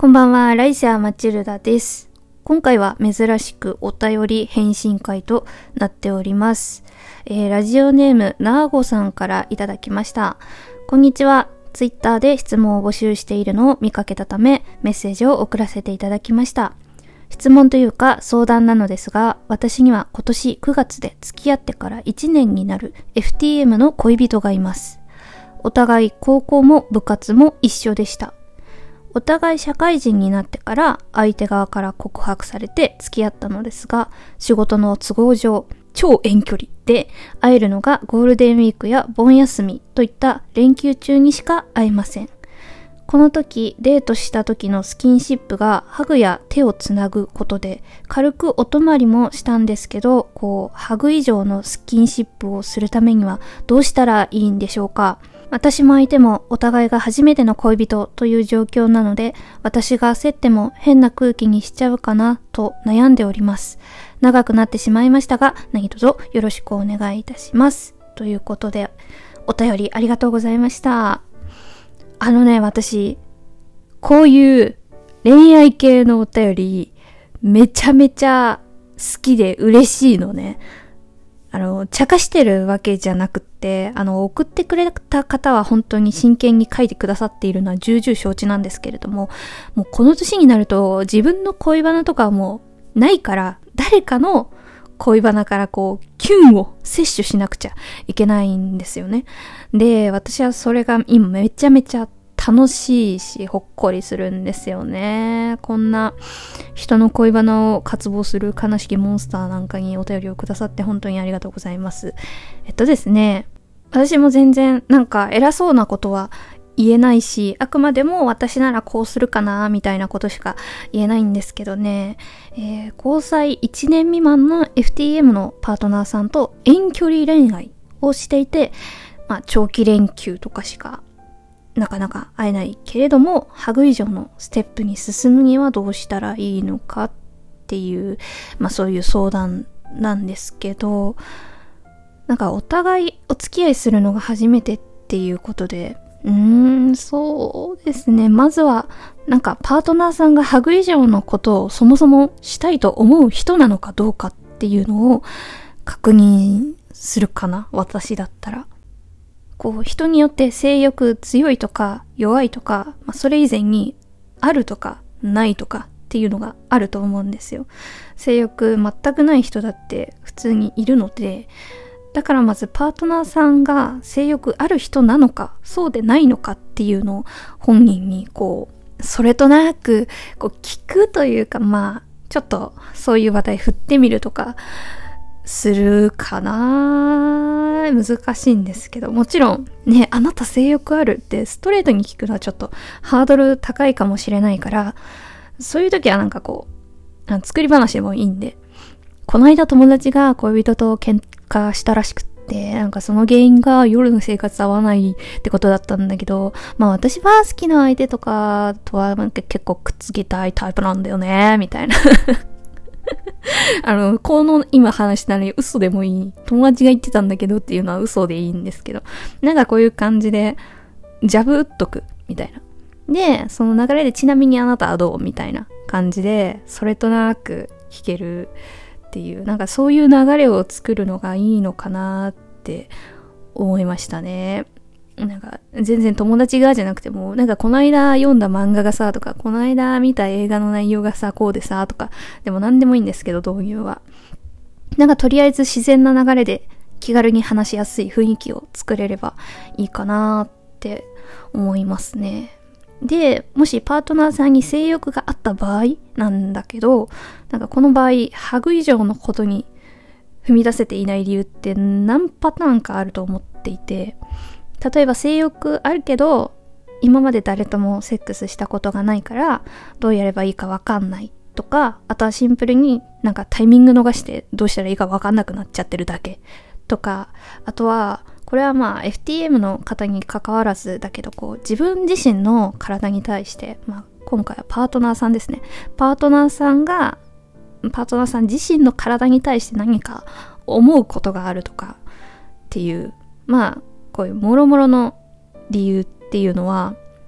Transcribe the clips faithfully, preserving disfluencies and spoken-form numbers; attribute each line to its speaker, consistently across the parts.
Speaker 1: こんばんは、ライサーマチルダです。今回は珍しくお便り返信会となっております。えー、ラジオネームなーごさんからいただきました。こんにちは。ツイッターで質問を募集しているのを見かけたため、メッセージを送らせていただきました。質問というか相談なのですが、私には今年くがつで付き合ってからいちねんになる エフティーエム の恋人がいます。お互い高校も部活も一緒でした。お互い社会人になってから相手側から告白されて付き合ったのですが、仕事の都合上、超遠距離で会えるのがゴールデンウィークや盆休みといった連休中にしか会えません。この時、デートした時のスキンシップがハグや手をつなぐことで軽くお泊まりもしたんですけど、こう、ハグ以上のスキンシップをするためにはどうしたらいいんでしょうか。私も相手もお互いが初めての恋人という状況なので、私が焦っても変な空気にしちゃうかなと悩んでおります。長くなってしまいましたが、何卒よろしくお願いいたします。ということで、お便りありがとうございました。あのね、私、こういう恋愛系のお便り、めちゃめちゃ好きで嬉しいのね。あの、茶化してるわけじゃなくって、あの、送ってくれた方は本当に真剣に書いてくださっているのは重々承知なんですけれども、もうこの年になると自分の恋バナとかはもうないから、誰かの恋バナからこう、キュンを摂取しなくちゃいけないんですよね。で、私はそれが今めちゃめちゃ楽しいし、ほっこりするんですよね。こんな人の恋バナを渇望する悲しきモンスターなんかにお便りをくださって本当にありがとうございます。えっとですね、私も全然なんか偉そうなことは言えないし、あくまでも私ならこうするかなみたいなことしか言えないんですけどね、えー、交際いちねん未満の エフティーエム のパートナーさんと遠距離恋愛をしていて、まあ長期連休とかしかなかなか会えないけれども、ハグ以上のステップに進むにはどうしたらいいのかっていう、まあそういう相談なんですけど、なんかお互いお付き合いするのが初めてっていうことで、うーん、そうですね。まずは、なんかパートナーさんがハグ以上のことをそもそもしたいと思う人なのかどうかっていうのを確認するかな、私だったら。こう人によって性欲強いとか弱いとか、まあ、それ以前にあるとかないとかっていうのがあると思うんですよ。性欲全くない人だって普通にいるので、だからまずパートナーさんが性欲ある人なのかそうでないのかっていうのを本人にこうそれとなくこう聞くというか、まあちょっとそういう話題振ってみるとかするかな。難しいんですけど、もちろんね、あなた性欲あるってストレートに聞くのはちょっとハードル高いかもしれないから、そういう時はなんかこうあ作り話でもいいんで、この間友達が恋人と喧嘩したらしくって、なんかその原因が夜の生活合わないってことだったんだけど、まあ私は好きな相手とかとはなんか結構くっつきたいタイプなんだよねみたいなあの、この今話したのに嘘でもいい。友達が言ってたんだけどっていうのは嘘でいいんですけど。なんかこういう感じで、ジャブ打っとく、みたいな。で、その流れでちなみにあなたはどうみたいな感じで、それとなく聞けるっていう、なんかそういう流れを作るのがいいのかなって思いましたね。なんか全然友達がじゃなくても、なんかこの間読んだ漫画がさとか、この間見た映画の内容がさこうでさとか、でも何でもいいんですけど、導入はなんかとりあえず自然な流れで気軽に話しやすい雰囲気を作れればいいかなって思いますね。で、もしパートナーさんに性欲があった場合なんだけど、なんかこの場合ハグ以上のことに踏み出せていない理由って何パターンかあると思っていて、例えば性欲あるけど今まで誰ともセックスしたことがないからどうやればいいかわかんないとか、あとはシンプルになんかタイミング逃してどうしたらいいかわかんなくなっちゃってるだけとか、あとはこれはまあ エフティーエム の方に関わらずだけど、こう自分自身の体に対して、まあ今回はパートナーさんですね。パートナーさんがパートナーさん自身の体に対して何か思うことがあるとかっていう、まあこういうもろもろの理由っていうのは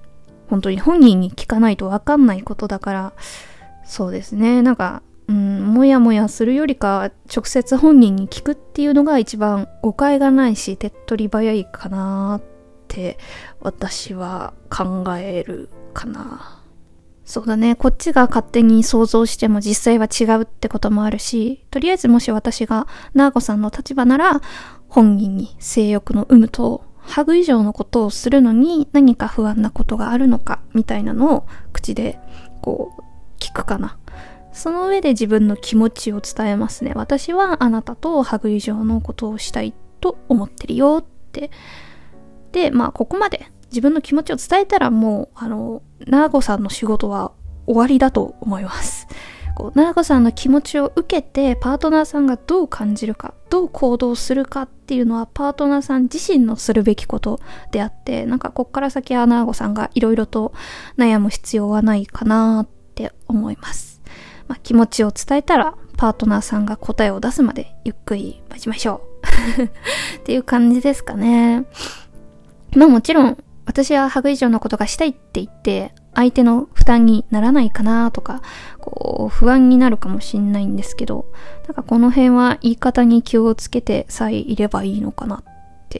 Speaker 1: 本当に本人に聞かないとわかんないことだから、そうですね、なんか、うん、もやもやするよりか、直接本人に聞くっていうのが一番誤解がないし、手っ取り早いかなって、私は考えるかな。そうだね。こっちが勝手に想像しても実際は違うってこともあるし、とりあえずもし私がナーゴさんの立場なら、本人に性欲の有無と、ハグ以上のことをするのに何か不安なことがあるのか、みたいなのを口で、こう、聞くかな。その上で自分の気持ちを伝えますね。私はあなたとハグ以上のことをしたいと思ってるよって。で、まあ、ここまで。自分の気持ちを伝えたらもう、あの、ナーゴさんの仕事は終わりだと思います。こうナーゴさんの気持ちを受けて、パートナーさんがどう感じるか、どう行動するかっていうのは、パートナーさん自身のするべきことであって、なんかこっから先はナーゴさんがいろいろと悩む必要はないかなって思います。まあ、気持ちを伝えたら、パートナーさんが答えを出すまでゆっくり待ちましょう。っていう感じですかね。まあもちろん、私はハグ以上のことがしたいって言って、相手の負担にならないかなとか、こう、不安になるかもしんないんですけど、なんかこの辺は言い方に気をつけてさえいればいいのかなって、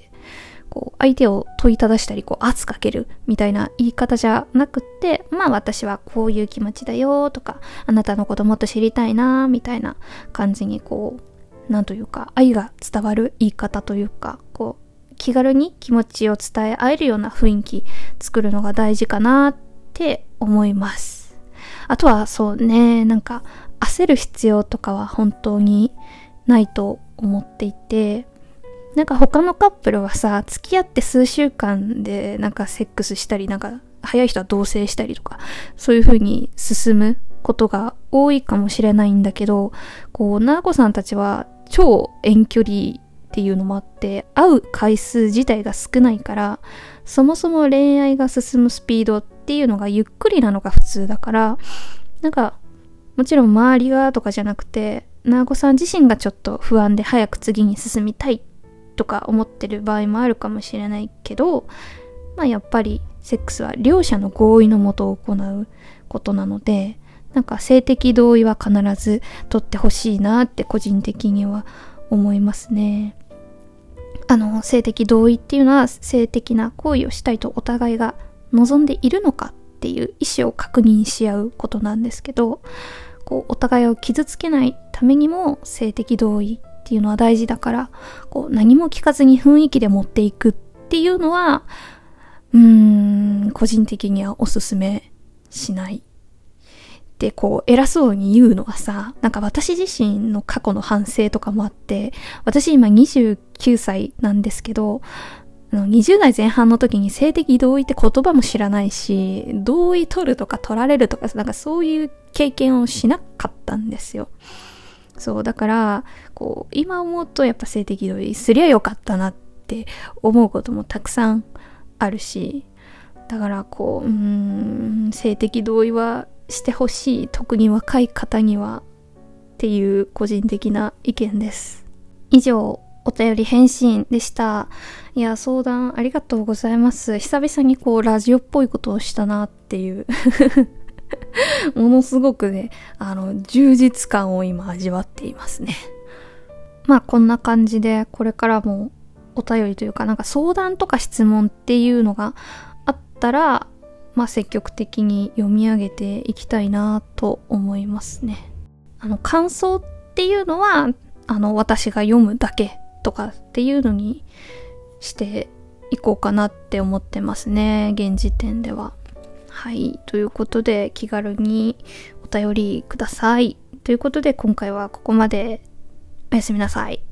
Speaker 1: こう、相手を問いただしたり、こう、圧かけるみたいな言い方じゃなくって、まあ私はこういう気持ちだよとか、あなたのこともっと知りたいなみたいな感じにこう、なんというか、愛が伝わる言い方というか、こう、気軽に気持ちを伝え合えるような雰囲気作るのが大事かなって思います。あとはそうね、なんか焦る必要とかは本当にないと思っていて、なんか他のカップルはさ、付き合って数週間でなんかセックスしたり、なんか早い人は同棲したりとか、そういう風に進むことが多いかもしれないんだけど、こう、ナーコさんたちは超遠距離っていうのもあって、会う回数自体が少ないから、そもそも恋愛が進むスピードっていうのがゆっくりなのが普通だから、なんか、もちろん周りがとかじゃなくて、ナーゴさん自身がちょっと不安で早く次に進みたいとか思ってる場合もあるかもしれないけど、まあやっぱりセックスは両者の合意のもと行うことなので、なんか性的同意は必ず取ってほしいなって個人的には思いますね。あの、性的同意っていうのは性的な行為をしたいとお互いが望んでいるのかっていう意思を確認し合うことなんですけど、こうお互いを傷つけないためにも性的同意っていうのは大事だから、こう何も聞かずに雰囲気で持っていくっていうのは、うーん、個人的にはおすすめしないってこう偉そうに言うのはさ、なんか私自身の過去の反省とかもあって、私今にじゅうきゅうさいなんですけど、にじゅう代前半の時に性的同意って言葉も知らないし、同意取るとか取られるとか、なんかそういう経験をしなかったんですよ。そう、だから、こう、今思うとやっぱ性的同意すりゃよかったなって思うこともたくさんあるし、だからこう、うーん、性的同意はしてほしい、特に若い方にはっていう個人的な意見です。以上、お便り返信でした。いや、相談ありがとうございます。久々にこうラジオっぽいことをしたなっていうものすごくね、あの充実感を今味わっていますね。まあこんな感じでこれからもお便りというかなんか相談とか質問っていうのがあったら、まあ積極的に読み上げていきたいなと思いますね。あの感想っていうのはあの私が読むだけとかっていうのにしていこうかなって思ってますね、現時点では。はい、ということで気軽にお便りください。ということで今回はここまで。おやすみなさい。